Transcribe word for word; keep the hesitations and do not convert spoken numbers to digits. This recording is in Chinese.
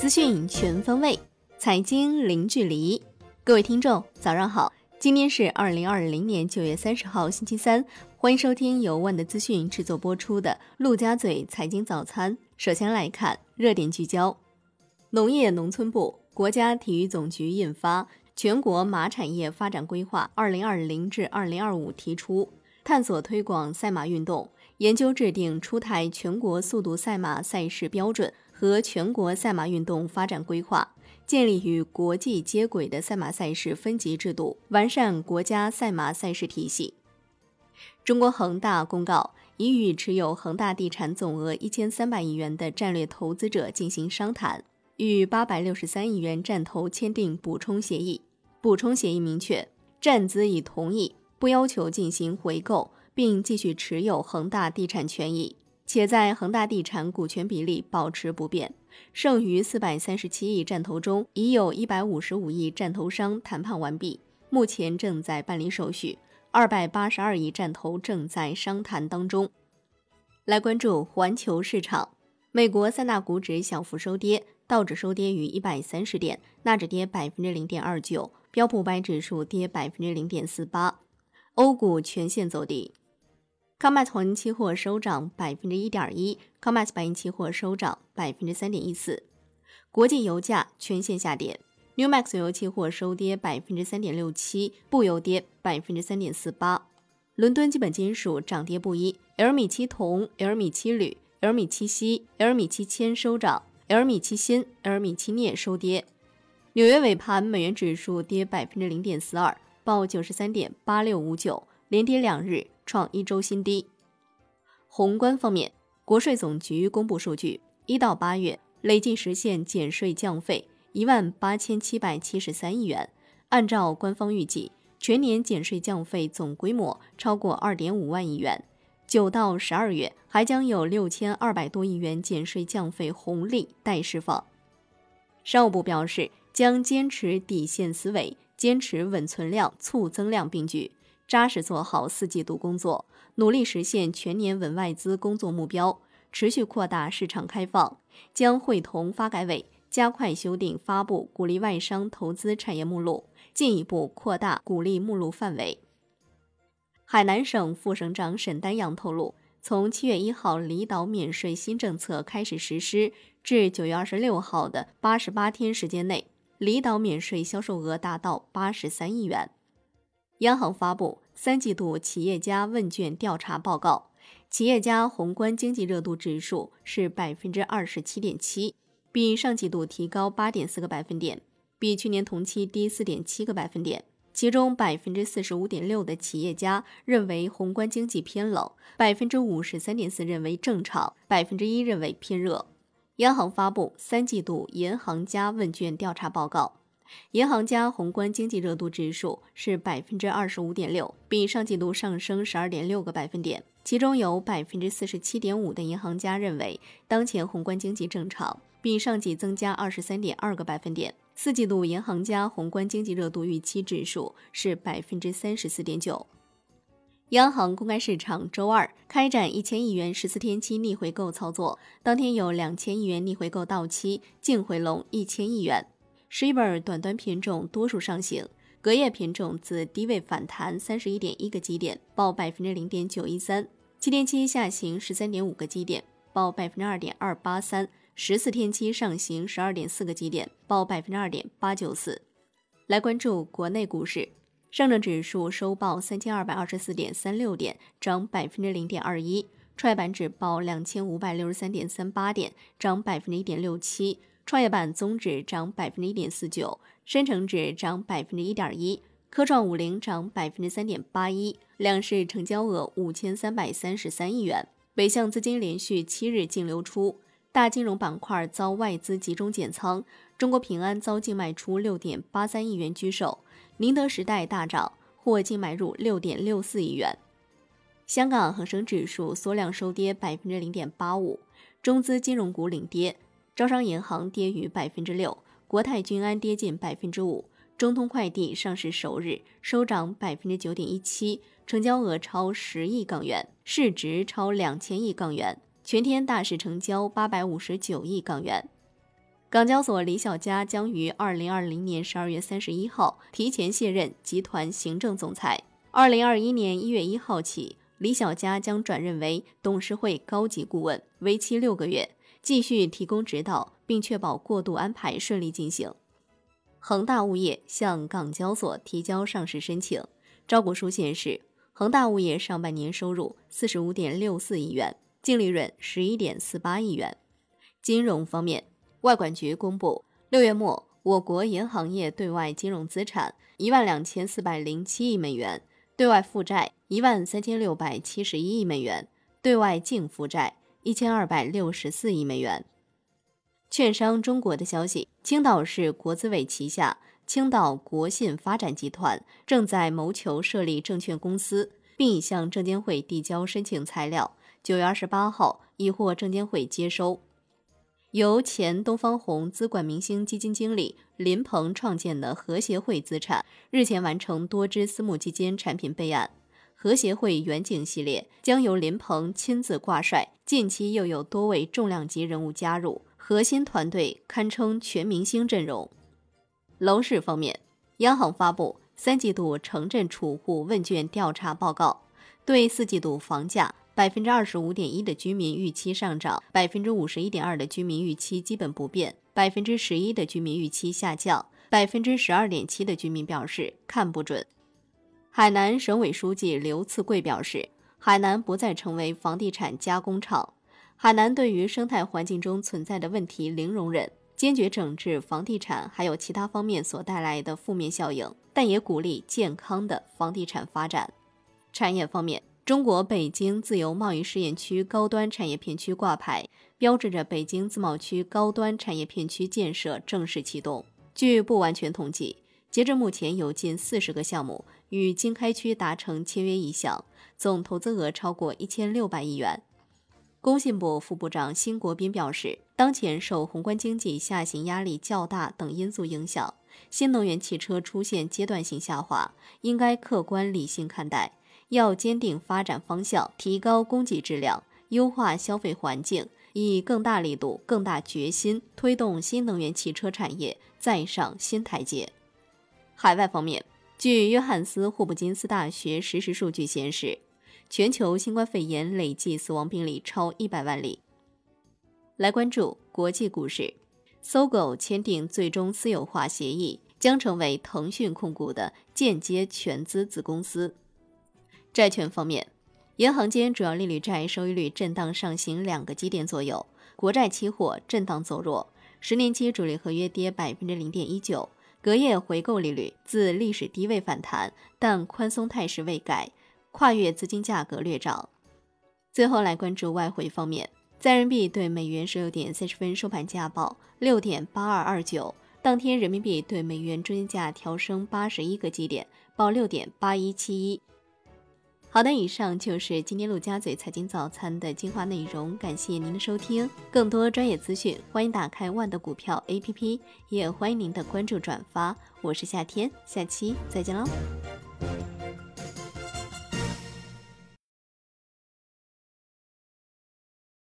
资讯全方位，财经零距离。各位听众早上好，今天是二零二零年九月三十号星期三，欢迎收听由万德资讯制作播出的陆家嘴财经早餐。首先来看热点聚焦。农业农村部、国家体育总局印发《全国马产业发展规划（二零二零至二零二五）》，提出探索推广赛马运动，研究制定出台全国速度赛马赛事标准和全国赛马运动发展规划，建立与国际接轨的赛马赛事分级制度，完善国家赛马赛事体系。中国恒大公告，已与持有恒大地产总额一千三百亿元的战略投资者进行商谈，与八百六十三亿元战投签订补充协议。补充协议明确，战资已同意不要求进行回购，并继续持有恒大地产权益，且在恒大地产股权比例保持不变。剩余四百三十七亿战投中，已有一百五十五亿战投商谈判完毕，目前正在办理手续，二百八十二亿战投正在商谈当中。来关注环球市场，美国三大股指小幅收跌，道指收跌逾一百三十点，纳指跌 百分之零点二九， 标普五百指数跌 百分之零点四八， 欧股全线走低。COMEX 黄金期货收涨 百分之一点一， COMEX 白银期货收涨 百分之三点一四。 国际油价全线下跌， NEWMAX 油期货收跌 百分之三点六七， 布油跌 百分之三点四八。 伦敦基本金属涨跌不一， L 米七铜、L 米七铝、L 米七锡、L 米七铅收涨， L 米七锌、L 米七镍收跌。纽约尾盘美元指数跌 百分之零点四二， 报 九十三点八六五九， 连跌两日，创一周新低。宏观方面，国税总局公布数据，一到八月累计实现减税降费一万八千七百七十三亿元，按照官方预计，全年减税降费总规模超过 二点五万亿元，九到十二月还将有六千二百多亿元减税降费红利待释放。商务部表示，将坚持底线思维，坚持稳存量、促增量并举，扎实做好四季度工作，努力实现全年稳外资工作目标，持续扩大市场开放，将会同发改委加快修订发布鼓励外商投资产业目录，进一步扩大鼓励目录范围。海南省副省长沈丹阳透露，从七月一号离岛免税新政策开始实施至九月二十六号的八十八天时间内，离岛免税销售额达到八十三亿元。央行发布三季度企业家问卷调查报告，企业家宏观经济热度指数是 百分之二十七点七， 比上季度提高 八点四个百分点，比去年同期低 四点七个百分点。其中 百分之四十五点六 的企业家认为宏观经济偏冷， 百分之五十三点四 认为正常， 百分之一 认为偏热。央行发布三季度银行家问卷调查报告，银行家宏观经济热度指数是 百分之二十五点六， 比上季度上升 十二点六个百分点，其中有 百分之四十七点五 的银行家认为当前宏观经济正常，比上季增加 二十三点二个百分点。四季度银行家宏观经济热度预期指数是 百分之三十四点九。 央行公开市场周二开展一千亿元十四天期逆回购操作，当天有两千亿元逆回购到期，净回笼一千亿元。十一本短端品种多数上行，隔夜品种自低位反弹 三十一点一个基点，报 百分之零点九一三， 七天期下行 十三点五个基点，报 百分之二点二八三， 十四天期上行 十二点四个基点，报 百分之二点八九四。 来关注国内股市，上证指数收报 三千二百二十四点三六点，涨 百分之零点二一， 创业板指报 两千五百六十三点三八点，涨 百分之一点六七，创业板综指涨 百分之一点四九， 深成指涨 百分之一点一， 科创五零涨 百分之三点八一， 两市成交额五千三百三十三亿元。北向资金连续七日净流出，大金融板块遭外资集中减仓，中国平安遭净卖出 六点八三亿元居售，宁德时代大涨，或净买入 六点六四亿元。香港恒生指数缩量收跌 百分之零点八五， 中资金融股领跌，招商银行跌逾 百分之六， 国泰君安跌近 百分之五， 中通快递上市首日收涨 百分之九点一七， 成交额超十亿港元，市值超两千亿港元，全天大市成交八百五十九亿港元。 港交所李小加将于二零二零年十二月三十一号提前卸任集团行政总裁。二零二一年一月一号起，李小加将转任为董事会高级顾问，为期六个月，继续提供指导，并确保过渡安排顺利进行。恒大物业向港交所提交上市申请，招股书显示，恒大物业上半年收入 四十五点六四亿元，净利润 十一点四八亿元。金融方面，外管局公布，六月末我国银行业对外金融资产一万两千四百零七亿美元，对外负债一万三千六百七十一亿美元，对外净负债一千二百六十四亿美元。券商中国的消息，青岛市国资委旗下青岛国信发展集团正在谋求设立证券公司，并已向证监会递交申请材料，九月二十八号已获证监会接收。由前东方红资管明星基金经理林鹏创建的和协会资产日前完成多只私募基金产品备案，和协会远景系列将由林鹏亲自挂帅，近期又有多位重量级人物加入，核心团队堪称全明星阵容。楼市方面，央行发布三季度城镇储户问卷调查报告，对四季度房价 百分之二十五点一 的居民预期上涨， 百分之五十一点二 的居民预期基本不变， 百分之十一 的居民预期下降， 百分之十二点七 的居民表示看不准。海南省委书记刘赐贵表示，海南不再成为房地产加工厂，海南对于生态环境中存在的问题零容忍，坚决整治房地产还有其他方面所带来的负面效应，但也鼓励健康的房地产发展。产业方面，中国北京自由贸易试验区高端产业片区挂牌，标志着北京自贸区高端产业片区建设正式启动。据不完全统计，截至目前有近四十个项目与经开区达成签约意向，总投资额超过一千六百亿元。工信部副部长辛国斌表示，当前受宏观经济下行压力较大等因素影响，新能源汽车出现阶段性下滑，应该客观理性看待，要坚定发展方向，提高供给质量，优化消费环境，以更大力度、更大决心推动新能源汽车产业再上新台阶。海外方面，据约翰斯霍普金斯大学实时数据显示，全球新冠肺炎累计死亡病例超一百万例。来关注国际股市，搜狗签订最终私有化协议，将成为腾讯控股的间接全资子公司。债券方面，银行间主要利率债收益率震荡上行两个基点左右，国债期货震荡走弱，十年期主力合约跌 百分之零点一九， 隔夜回购利率自历史低位反弹，但宽松态势未改，跨越资金价格略涨。最后来关注外汇方面，在人民币对美元十六点三十分收盘价报 六点八二二九， 当天人民币对美元中间价调升八十一个基点，报 六点八一七一。好的，以上就是今天陆家嘴财经早餐的精华内容，感谢您的收听。更多专业资讯，欢迎打开万德股票 A P P， 也欢迎您的关注转发。我是夏天，下期再见喽。